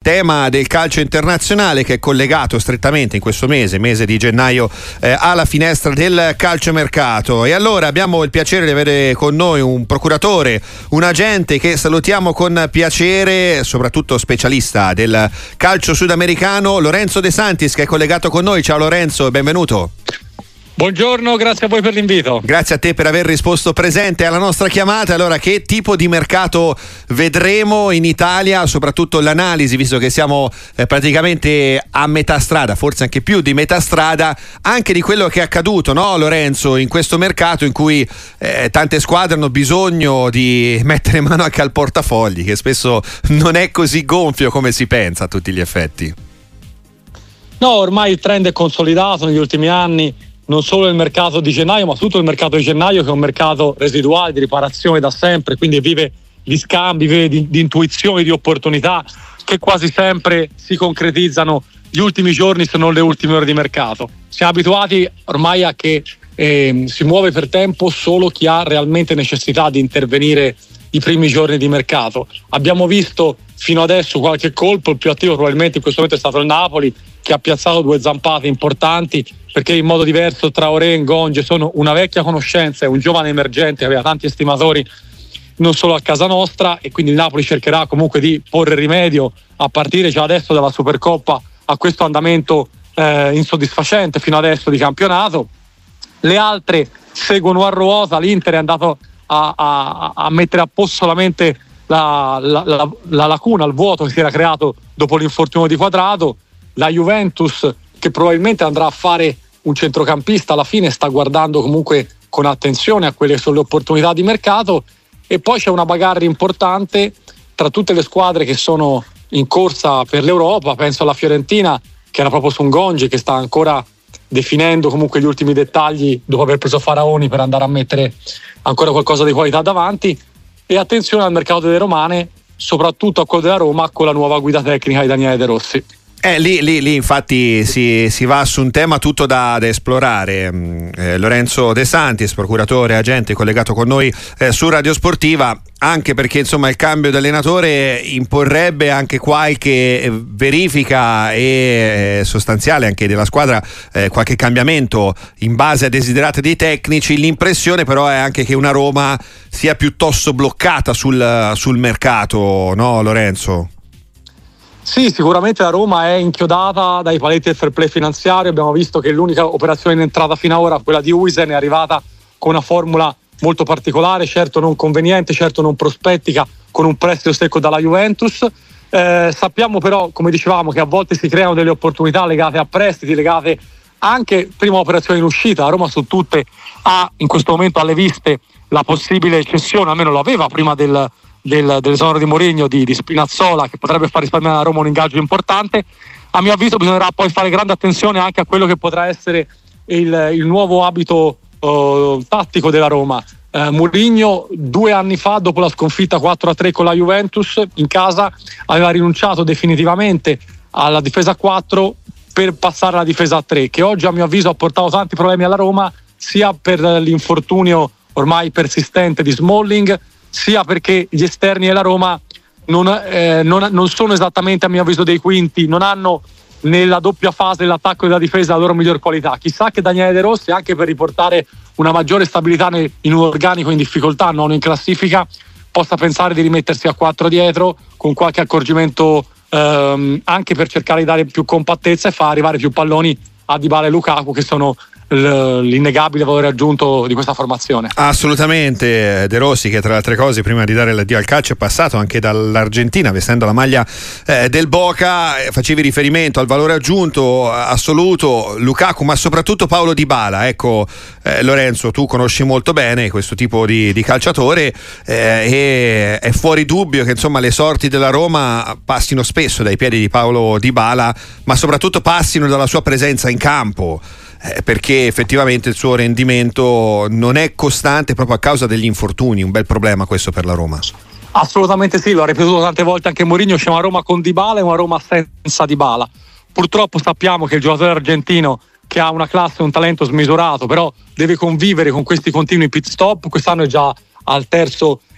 tema del calcio internazionale che è collegato strettamente in questo mese di gennaio, alla finestra del calciomercato. E allora abbiamo il piacere di avere con noi un procuratore, un agente che salutiamo con piacere, soprattutto specialista del calcio sudamericano, Lorenzo De Santis, che è collegato con noi. Ciao Lorenzo e benvenuto. Buongiorno, grazie a voi per l'invito. Grazie a te per aver risposto presente alla nostra chiamata. Allora, che tipo di mercato vedremo in Italia? Soprattutto l'analisi, visto che siamo praticamente a metà strada, forse anche più di metà strada, anche di quello che è accaduto, no Lorenzo, in questo mercato in cui tante squadre hanno bisogno di mettere mano anche al portafogli, che spesso non è così gonfio come si pensa a tutti gli effetti. No, ormai il trend è consolidato negli ultimi anni. Non solo il mercato di gennaio, ma tutto il mercato di gennaio, che è un mercato residuale di riparazione da sempre, quindi vive di scambi, vive di intuizioni, di opportunità che quasi sempre si concretizzano gli ultimi giorni, se non le ultime ore di mercato. Siamo abituati ormai a che si muove per tempo solo chi ha realmente necessità di intervenire i primi giorni di mercato. Abbiamo visto fino adesso qualche colpo, il più attivo probabilmente in questo momento è stato il Napoli, che ha piazzato 2 zampate importanti, perché in modo diverso Traoré e Ngonge sono una vecchia conoscenza e un giovane emergente che aveva tanti estimatori non solo a casa nostra, e quindi il Napoli cercherà comunque di porre rimedio a partire già adesso dalla Supercoppa a questo andamento insoddisfacente fino adesso di campionato. Le altre seguono a ruota. L'Inter è andato a mettere a posto solamente la lacuna, il vuoto che si era creato dopo l'infortunio di Quadrato. La Juventus, che probabilmente andrà a fare un centrocampista, alla fine sta guardando comunque con attenzione a quelle che sono le opportunità di mercato. E poi c'è una bagarre importante tra tutte le squadre che sono in corsa per l'Europa. Penso alla Fiorentina, che era proprio su Ngonge, che sta ancora definendo comunque gli ultimi dettagli dopo aver preso Faraoni per andare a mettere ancora qualcosa di qualità davanti. E attenzione al mercato delle romane, soprattutto a quello della Roma, con la nuova guida tecnica di Daniele De Rossi. Lì infatti si va su un tema tutto da esplorare. Lorenzo De Santis, procuratore agente, collegato con noi su Radio Sportiva, anche perché insomma il cambio di allenatore imporrebbe anche qualche verifica e sostanziale anche della squadra, qualche cambiamento in base a desiderate dei tecnici. L'impressione però è anche che una Roma sia piuttosto bloccata sul mercato, no Lorenzo? Sì, sicuramente la Roma è inchiodata dai paletti del fair play finanziario. Abbiamo visto che l'unica operazione in entrata fino ad ora, quella di Huijsen, è arrivata con una formula molto particolare, certo non conveniente, certo non prospettica, con un prestito secco dalla Juventus. Sappiamo però, come dicevamo, che a volte si creano delle opportunità legate a prestiti, legate anche prima operazione in uscita. La Roma su tutte ha in questo momento alle viste la possibile cessione, almeno lo aveva prima dell'esonero di Mourinho, di Spinazzola, che potrebbe far risparmiare alla Roma un ingaggio importante. A mio avviso bisognerà poi fare grande attenzione anche a quello che potrà essere il nuovo abito tattico della Roma. Mourinho 2 anni fa, dopo la sconfitta 4-3 con la Juventus in casa, aveva rinunciato definitivamente alla difesa 4 per passare alla difesa 3, che oggi a mio avviso ha portato tanti problemi alla Roma, sia per l'infortunio ormai persistente di Smalling, sia perché gli esterni della Roma non sono esattamente, a mio avviso, dei quinti, non hanno nella doppia fase dell'attacco e della difesa la loro miglior qualità. Chissà che Daniele De Rossi, anche per riportare una maggiore stabilità in un organico in difficoltà, non in classifica, possa pensare di rimettersi a 4 dietro con qualche accorgimento, anche per cercare di dare più compattezza e far arrivare più palloni a Dybala e Lukaku, che sono l'innegabile valore aggiunto di questa formazione. Assolutamente. De Rossi, che tra le altre cose prima di dare l'addio al calcio è passato anche dall'Argentina vestendo la maglia del Boca. Facevi riferimento al valore aggiunto assoluto Lukaku, ma soprattutto Paulo Dybala. Ecco, Lorenzo, tu conosci molto bene questo tipo di calciatore, e è fuori dubbio che insomma le sorti della Roma passino spesso dai piedi di Paulo Dybala, ma soprattutto passino dalla sua presenza in campo, perché effettivamente il suo rendimento non è costante proprio a causa degli infortuni. Un bel problema questo per la Roma. Assolutamente sì, lo ha ripetuto tante volte anche Mourinho, c'è una Roma con Dybala e una Roma senza Dybala. Purtroppo sappiamo che il giocatore argentino, che ha una classe e un talento smisurato, però deve convivere con questi continui pit stop. Quest'anno è già al terzo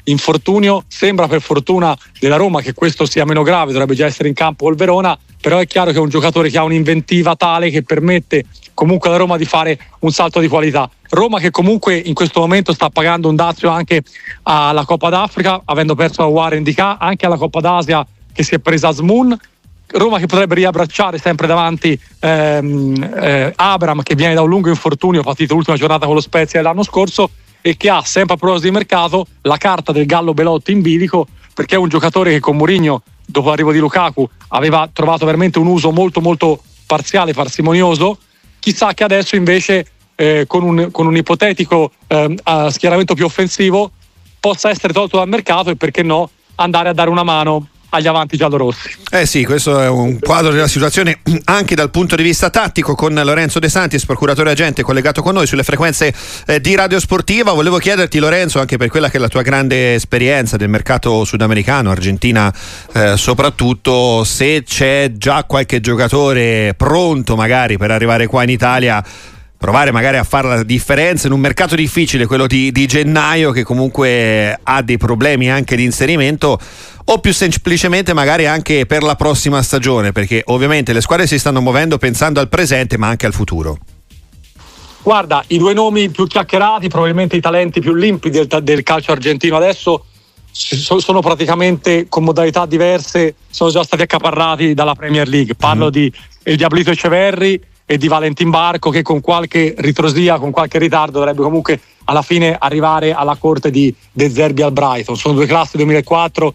infortunio. Sembra per fortuna della Roma che questo sia meno grave, dovrebbe già essere in campo col Verona, però è chiaro che è un giocatore che ha un'inventiva tale che permette comunque alla Roma di fare un salto di qualità. Roma che comunque in questo momento sta pagando un dazio anche alla Coppa d'Africa, avendo perso a Warren Dika, anche alla Coppa d'Asia che si è presa Asmoon. Roma che potrebbe riabbracciare sempre davanti Abraham, che viene da un lungo infortunio, partito l'ultima giornata con lo Spezia dell'anno scorso, e che ha sempre a proposito di mercato la carta del Gallo Belotti in bilico, perché è un giocatore che con Mourinho, dopo l'arrivo di Lukaku, aveva trovato veramente un uso molto molto parziale, parsimonioso. Chissà che adesso invece con un ipotetico schieramento più offensivo possa essere tolto dal mercato e perché no andare a dare una mano agli avanti giallorossi. Sì, questo è un quadro della situazione anche dal punto di vista tattico, con Lorenzo De Santis, procuratore agente, collegato con noi sulle frequenze di Radio Sportiva. Volevo chiederti, Lorenzo, anche per quella che è la tua grande esperienza del mercato sudamericano, Argentina soprattutto, se c'è già qualche giocatore pronto magari per arrivare qua in Italia, provare magari a fare la differenza in un mercato difficile, quello di gennaio, che comunque ha dei problemi anche di inserimento, o più semplicemente magari anche per la prossima stagione, perché ovviamente le squadre si stanno muovendo pensando al presente ma anche al futuro. Guarda, i due nomi più chiacchierati, probabilmente i talenti più limpidi del calcio argentino adesso, sono praticamente con modalità diverse, sono già stati accaparrati dalla Premier League. Parlo di El Diablito Echeverri e di Valentin Barco, che con qualche ritrosia, con qualche ritardo dovrebbe comunque alla fine arrivare alla corte di De Zerbi al Brighton. Sono due classi 2004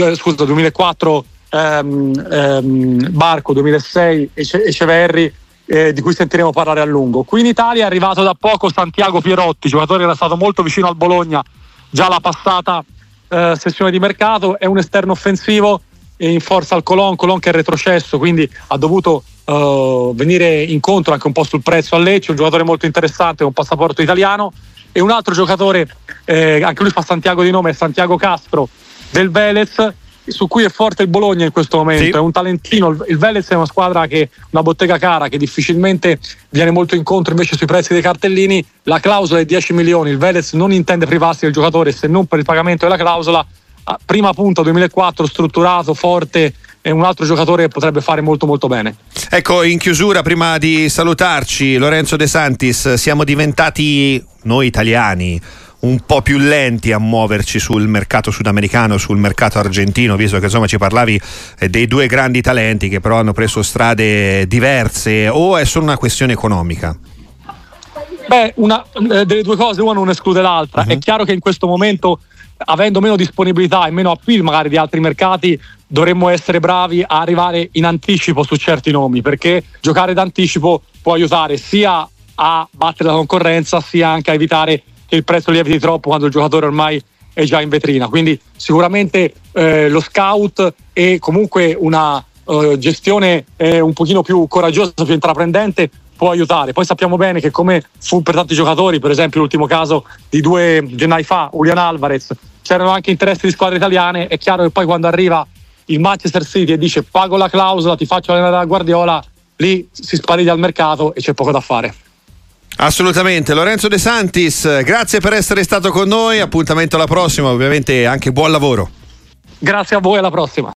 Barco, 2006 Echeverri, di cui sentiremo parlare a lungo. Qui in Italia è arrivato da poco Santiago Pierotti, giocatore che era stato molto vicino al Bologna già la passata sessione di mercato. È un esterno offensivo in forza al Colón che è retrocesso, quindi ha dovuto venire incontro anche un po' sul prezzo a Lecce. Un giocatore molto interessante con passaporto italiano. E un altro giocatore, anche lui fa Santiago di nome, è Santiago Castro del Vélez, su cui è forte il Bologna in questo momento. Sì. È un talentino. Il Vélez è una squadra una bottega cara, che difficilmente viene molto incontro invece sui prezzi dei cartellini. La clausola è 10 milioni, il Vélez non intende privarsi del giocatore se non per il pagamento della clausola. Prima punta 2004, strutturato, forte, è un altro giocatore che potrebbe fare molto molto bene. Ecco, in chiusura, prima di salutarci, Lorenzo De Santis, siamo diventati noi italiani un po' più lenti a muoverci sul mercato sudamericano, sul mercato argentino, visto che insomma ci parlavi dei due grandi talenti che però hanno preso strade diverse, o è solo una questione economica? Beh, una delle due cose, una non esclude l'altra. È chiaro che in questo momento, avendo meno disponibilità e meno appeal magari di altri mercati, dovremmo essere bravi a arrivare in anticipo su certi nomi, perché giocare d'anticipo può aiutare sia a battere la concorrenza sia anche a evitare che il prezzo lieviti troppo quando il giocatore ormai è già in vetrina. Quindi sicuramente lo scout e comunque una gestione un pochino più coraggiosa, più intraprendente può aiutare. Poi sappiamo bene che, come fu per tanti giocatori, per esempio l'ultimo caso di 2 gennai fa, Julian Alvarez, c'erano anche interessi di squadre italiane. È chiaro che poi quando arriva il Manchester City e dice pago la clausola, ti faccio allenare da Guardiola, lì si spariglia al mercato e c'è poco da fare. Assolutamente. Lorenzo De Santis, grazie per essere stato con noi, appuntamento alla prossima, ovviamente anche buon lavoro. Grazie a voi, alla prossima.